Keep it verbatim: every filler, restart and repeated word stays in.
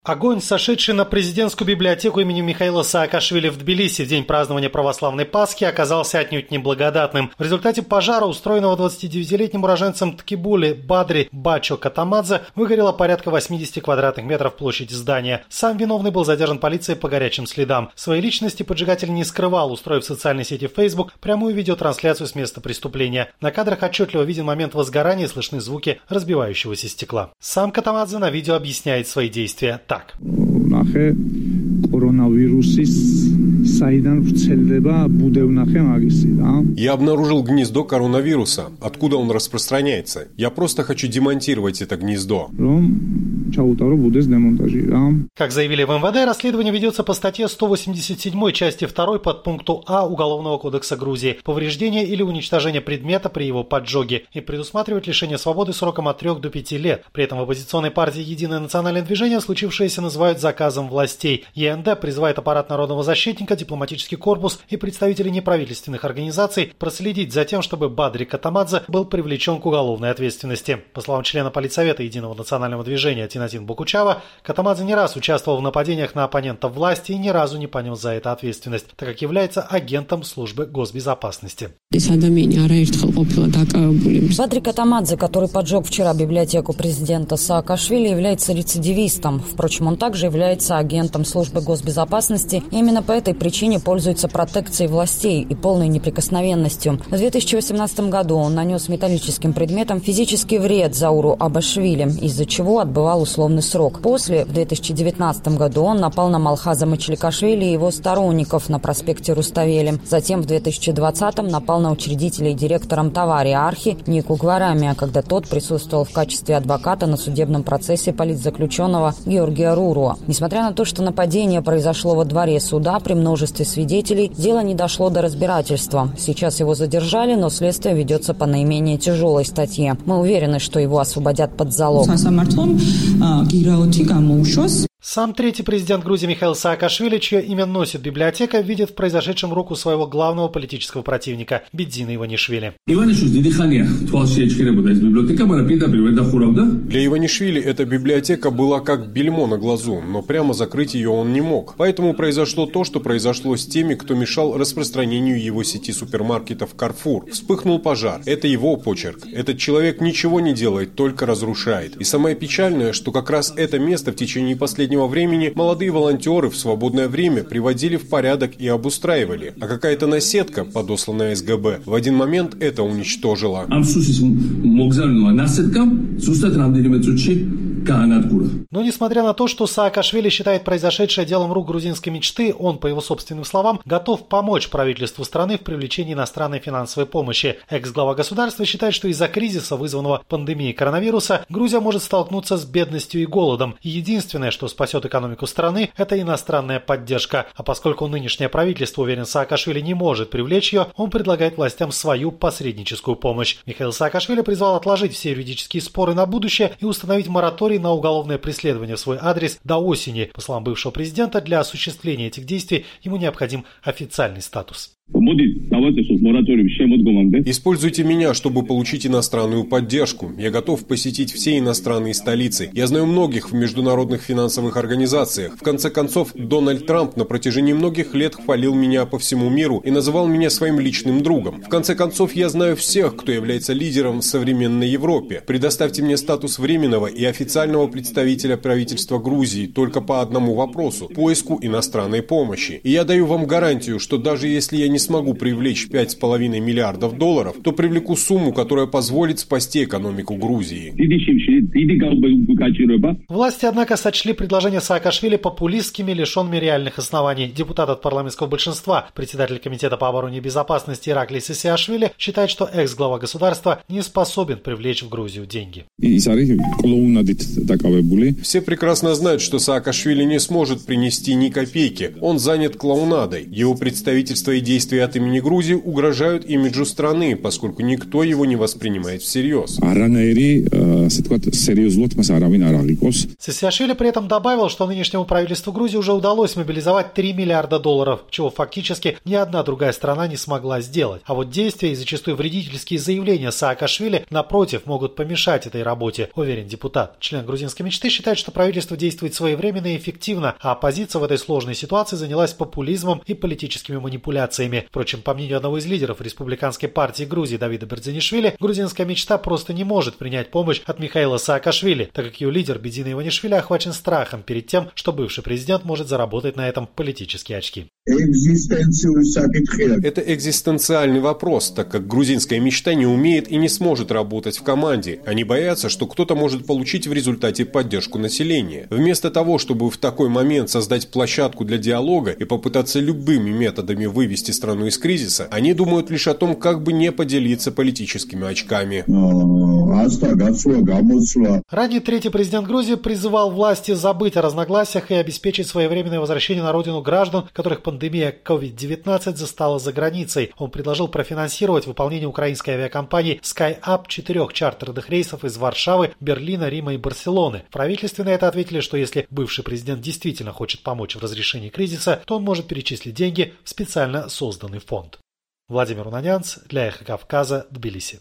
Огонь, сошедший на президентскую библиотеку имени Михаила Саакашвили в Тбилиси в день празднования православной Пасхи, оказался отнюдь неблагодатным. В результате пожара, устроенного двадцатидевятилетним уроженцем Ткибули Бадри Бачо Катамадзе, выгорело порядка восемьдесят квадратных метров площади здания. Сам виновный был задержан полицией по горячим следам. Своей личности поджигатель не скрывал, устроив в социальной сети Facebook прямую видеотрансляцию с места преступления. На кадрах отчетливо виден момент возгорания и слышны звуки разбивающегося стекла. Сам Катамадзе на видео объясняет свои действия так. Я обнаружил гнездо коронавируса. Откуда он распространяется? Я просто хочу демонтировать это гнездо. Как заявили в эм вэ дэ, расследование ведется по статье сто восемьдесят семь части второй подпункту А Уголовного кодекса Грузии «Повреждение или уничтожение предмета при его поджоге» и предусматривает лишение свободы сроком от трех до пяти лет. При этом в оппозиционной партии «Единое национальное движение» случившееся называют заказом властей. е эн дэ призывает аппарат народного защитника, дипломатический корпус и представителей неправительственных организаций проследить за тем, чтобы Бадри Катамадзе был привлечен к уголовной ответственности. По словам члена Политсовета Единого национального движения Тинатин Букучава, Катамадзе не раз участвовал в нападениях на оппонентов власти и ни разу не понес за это ответственность, так как является агентом службы госбезопасности. Бадри Катамадзе, который поджег вчера библиотеку президента Саакашвили, является рецидивистом. Впрочем, он также является агентом службы госбезопасности и именно по этой причине пользуется протекцией властей и полной неприкосновенностью. В две тысячи восемнадцатом году он нанес металлическим предметом физический вред Зауру Абашвили, из-за чего отбывал условный срок. После, в две тысячи девятнадцатом году, он напал на Малхаза Мачеликашвили и его сторонников на проспекте Руставели. Затем в две тысячи двадцатом напал на учредителя и директора Мтавари Архи Нику Гварамия, когда тот присутствовал в качестве адвоката на судебном процессе политзаключенного Георгия Руруа. Несмотря на то, что нападение произошло во дворе суда при множестве свидетелей, дело не дошло до разбирательства. Сейчас его задержали, но следствие ведется по наименее тяжелой статье. Мы уверены, что его освободят под залог. Сам третий президент Грузии Михаил Саакашвили, чье имя носит библиотека, видит в произошедшем руку своего главного политического противника Бидзина Иванишвили. Для Иванишвили эта библиотека была как бельмо на глазу, но прямо закрыть ее он не мог. Поэтому произошло то, что произошло с теми, кто мешал распространению его сети супермаркетов Carrefour. Вспыхнул пожар. Это его почерк. Этот человек ничего не делает, только разрушает. И самое печальное, что как раз это место в течение последних времени молодые волонтеры в свободное время приводили в порядок и обустраивали, а какая-то наседка, подосланная эс гэ бэ, в один момент это уничтожила. Но несмотря на то, что Саакашвили считает произошедшее делом рук грузинской мечты, он, по его собственным словам, готов помочь правительству страны в привлечении иностранной финансовой помощи. Экс-глава государства считает, что из-за кризиса, вызванного пандемией коронавируса, Грузия может столкнуться с бедностью и голодом. И единственное, что спасет экономику страны, это иностранная поддержка. А поскольку нынешнее правительство, уверен Саакашвили, не может привлечь ее, он предлагает властям свою посредническую помощь. Михаил Саакашвили призвал отложить все юридические споры на будущее и установить мораторий на уголовное преследование в свой адрес до осени. По словам бывшего президента, для осуществления этих действий ему необходим официальный статус. Используйте меня, чтобы получить иностранную поддержку. Я готов посетить все иностранные столицы. Я знаю многих в международных финансовых организациях. В конце концов, Дональд Трамп на протяжении многих лет хвалил меня по всему миру и называл меня своим личным другом. В конце концов, я знаю всех, кто является лидером в современной Европе. Предоставьте мне статус временного и официального представителя правительства Грузии только по одному вопросу – поиску иностранной помощи. И я даю вам гарантию, что даже если я не смогу привлечь пять с половиной миллиардов долларов, то привлеку сумму, которая позволит спасти экономику Грузии. Власти, однако, сочли предложение Саакашвили популистскими, лишенными реальных оснований. Депутат от парламентского большинства, председатель комитета по обороне и безопасности Ираклий Сисиашвили, считает, что экс-глава государства не способен привлечь в Грузию деньги. Все прекрасно знают, что Саакашвили не сможет принести ни копейки. Он занят клоунадой. Его представительство и действия действия от имени Грузии угрожают имиджу страны, поскольку никто его не воспринимает всерьез. Саакашвили при этом добавил, что нынешнему правительству Грузии уже удалось мобилизовать три миллиарда долларов, чего фактически ни одна другая страна не смогла сделать. А вот действия и зачастую вредительские заявления Саакашвили, напротив, могут помешать этой работе, уверен депутат. Член грузинской мечты считает, что правительство действует своевременно и эффективно, а оппозиция в этой сложной ситуации занялась популизмом и политическими манипуляциями. Впрочем, по мнению одного из лидеров республиканской партии Грузии Давида Бердзинишвили, грузинская мечта просто не может принять помощь от Михаила Саакашвили, так как ее лидер Бедзина Иванишвили охвачен страхом перед тем, что бывший президент может заработать на этом политические очки. Это экзистенциальный вопрос, так как грузинская мечта не умеет и не сможет работать в команде. Они боятся, что кто-то может получить в результате поддержку населения. Вместо того, чтобы в такой момент создать площадку для диалога и попытаться любыми методами вывести страну из кризиса, они думают лишь о том, как бы не поделиться политическими очками. Ранее третий президент Грузии призывал власти забыть о разногласиях и обеспечить своевременное возвращение на родину граждан, которых пандемия ковид девятнадцать застала за границей. Он предложил профинансировать выполнение украинской авиакомпании SkyUp четырех чартерных рейсов из Варшавы, Берлина, Рима и Барселоны. В правительстве на это ответили, что если бывший президент действительно хочет помочь в разрешении кризиса, то он может перечислить деньги в специально созданный фонд. Владимир Унанянц для Эхо Кавказа, Тбилиси.